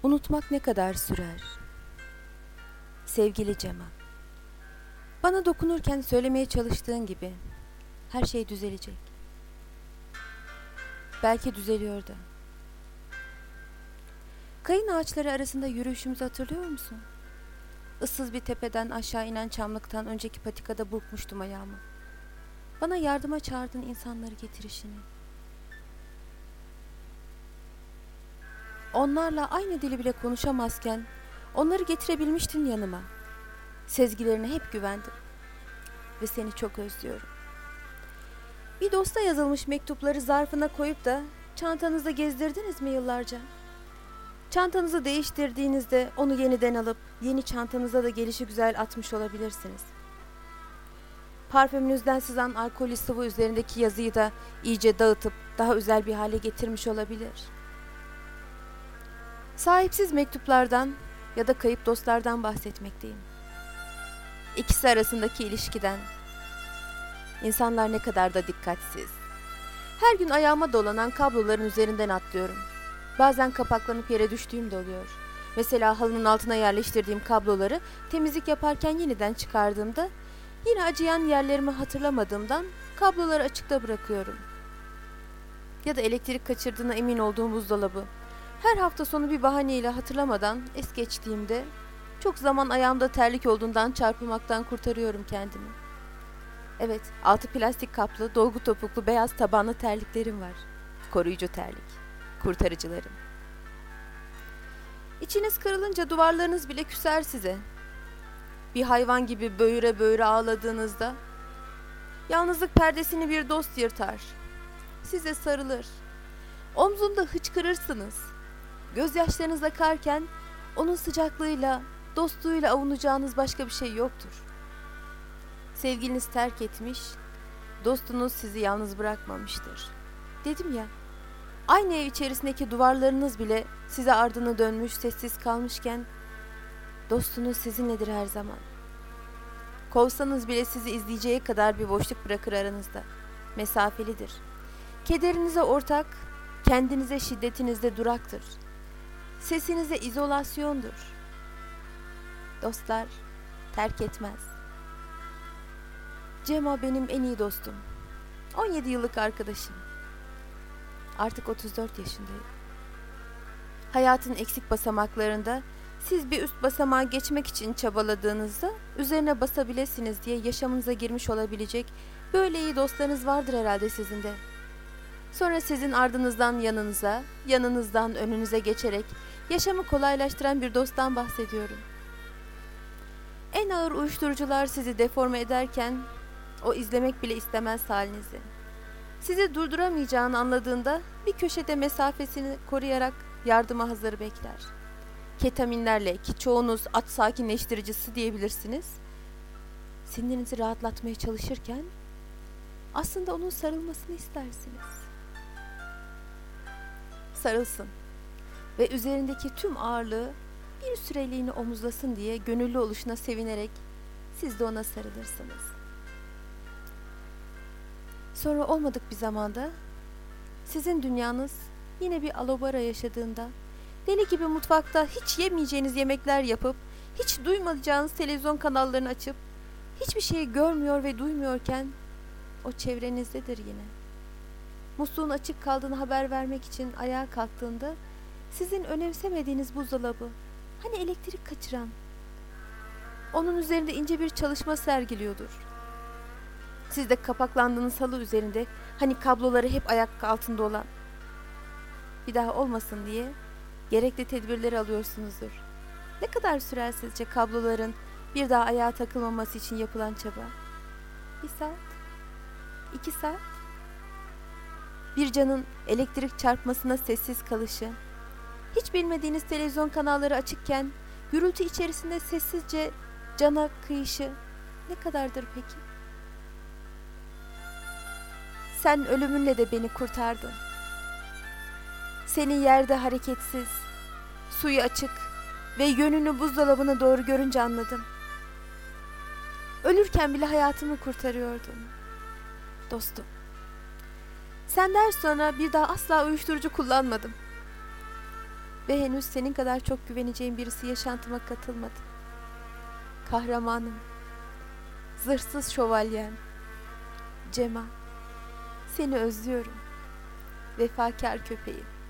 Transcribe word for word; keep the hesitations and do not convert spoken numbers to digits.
Unutmak ne kadar sürer? Sevgili Cemal, bana dokunurken söylemeye çalıştığın gibi her şey düzelecek. Belki düzeliyor da. Kayın ağaçları arasında yürüyüşümüzü hatırlıyor musun? Issız bir tepeden aşağı inen çamlıktan önceki patikada burkmuştum ayağımı. Bana yardıma çağırdığın insanları getirişini. Onlarla aynı dili bile konuşamazken onları getirebilmiştin yanıma. Sezgilerine hep güvendim ve seni çok özlüyorum. Bir dosta yazılmış mektupları zarfına koyup da çantanızda gezdirdiniz mi yıllarca? Çantanızı değiştirdiğinizde onu yeniden alıp yeni çantanıza da gelişigüzel atmış olabilirsiniz. Parfümünüzden sızan alkollü sıvı üzerindeki yazıyı da iyice dağıtıp daha özel bir hale getirmiş olabilir. Sahipsiz mektuplardan ya da kayıp dostlardan bahsetmekteyim. İkisi arasındaki ilişkiden. İnsanlar ne kadar da dikkatsiz. Her gün ayağıma dolanan kabloların üzerinden atlıyorum. Bazen kapaklanıp yere düştüğüm de oluyor. Mesela halının altına yerleştirdiğim kabloları temizlik yaparken yeniden çıkardığımda yine acıyan yerlerimi hatırlamadığımdan kabloları açıkta bırakıyorum. Ya da elektrik kaçırdığına emin olduğum buzdolabı. Her hafta sonu bir bahaneyle hatırlamadan es geçtiğimde çok zaman ayağımda terlik olduğundan çarpılmaktan kurtarıyorum kendimi. Evet, altı plastik kaplı, dolgu topuklu, beyaz tabanlı terliklerim var. Koruyucu terlik, kurtarıcılarım. İçiniz kırılınca duvarlarınız bile küser size. Bir hayvan gibi böğüre böğüre ağladığınızda yalnızlık perdesini bir dost yırtar. Size sarılır. Omzunda hıçkırırsınız. Gözyaşlarınız akarken onun sıcaklığıyla, dostluğuyla avunacağınız başka bir şey yoktur. Sevgiliniz terk etmiş, dostunuz sizi yalnız bırakmamıştır. Dedim ya, aynı ev içerisindeki duvarlarınız bile size ardını dönmüş, sessiz kalmışken dostunuz sizinledir her zaman. Kovsanız bile sizi izleyeceği kadar bir boşluk bırakır aranızda. Mesafelidir. Kederinize ortak, kendinize şiddetinizde duraktır. Sesinize izolasyondur. Dostlar terk etmez. Cema benim en iyi dostum. on yedi yıllık arkadaşım. Artık otuz dört yaşındayım. Hayatın eksik basamaklarında siz bir üst basamağa geçmek için çabaladığınızda üzerine basabilesiniz diye yaşamınıza girmiş olabilecek böyle iyi dostlarınız vardır herhalde sizin de. Sonra sizin ardınızdan yanınıza, yanınızdan önünüze geçerek yaşamı kolaylaştıran bir dosttan bahsediyorum. En ağır uyuşturucular sizi deforme ederken o izlemek bile istemez halinizi. Sizi durduramayacağını anladığında bir köşede mesafesini koruyarak yardıma hazır bekler. Ketaminlerle, ki çoğunuz at sakinleştiricisi diyebilirsiniz, sinirinizi rahatlatmaya çalışırken aslında onun sarılmasını istersiniz. Sarılsın ve üzerindeki tüm ağırlığı bir süreliğine omuzlasın diye gönüllü oluşuna sevinerek siz de ona sarılırsınız. Sonra olmadık bir zamanda sizin dünyanız yine bir alabora yaşadığında deli gibi mutfakta hiç yemeyeceğiniz yemekler yapıp hiç duymayacağınız televizyon kanallarını açıp hiçbir şeyi görmüyor ve duymuyorken o çevrenizdedir yine. Musluğun açık kaldığını haber vermek için ayağa kalktığında sizin önemsemediğiniz buzdolabı, hani elektrik kaçıran, onun üzerinde ince bir çalışma sergiliyordur. Siz de kapaklandığınız halı üzerinde hani kabloları hep ayak altında olan, bir daha olmasın diye gerekli tedbirleri alıyorsunuzdur. Ne kadar sürer sizce kabloların bir daha ayağa takılmaması için yapılan çaba? Bir saat? İki saat? Bir canın elektrik çarpmasına sessiz kalışı, hiç bilmediğiniz televizyon kanalları açıkken gürültü içerisinde sessizce cana kıyışı ne kadardır peki? Sen ölümünle de beni kurtardın. Seni yerde hareketsiz, suyu açık ve yönünü buzdolabına doğru görünce anladım. Ölürken bile hayatımı kurtarıyordun. Dostum. Senden sonra bir daha asla uyuşturucu kullanmadım. Ve henüz senin kadar çok güveneceğim birisi yaşantıma katılmadı. Kahramanım, zırhsız şövalyem, Cemal, seni özlüyorum. Vefakar köpeğim.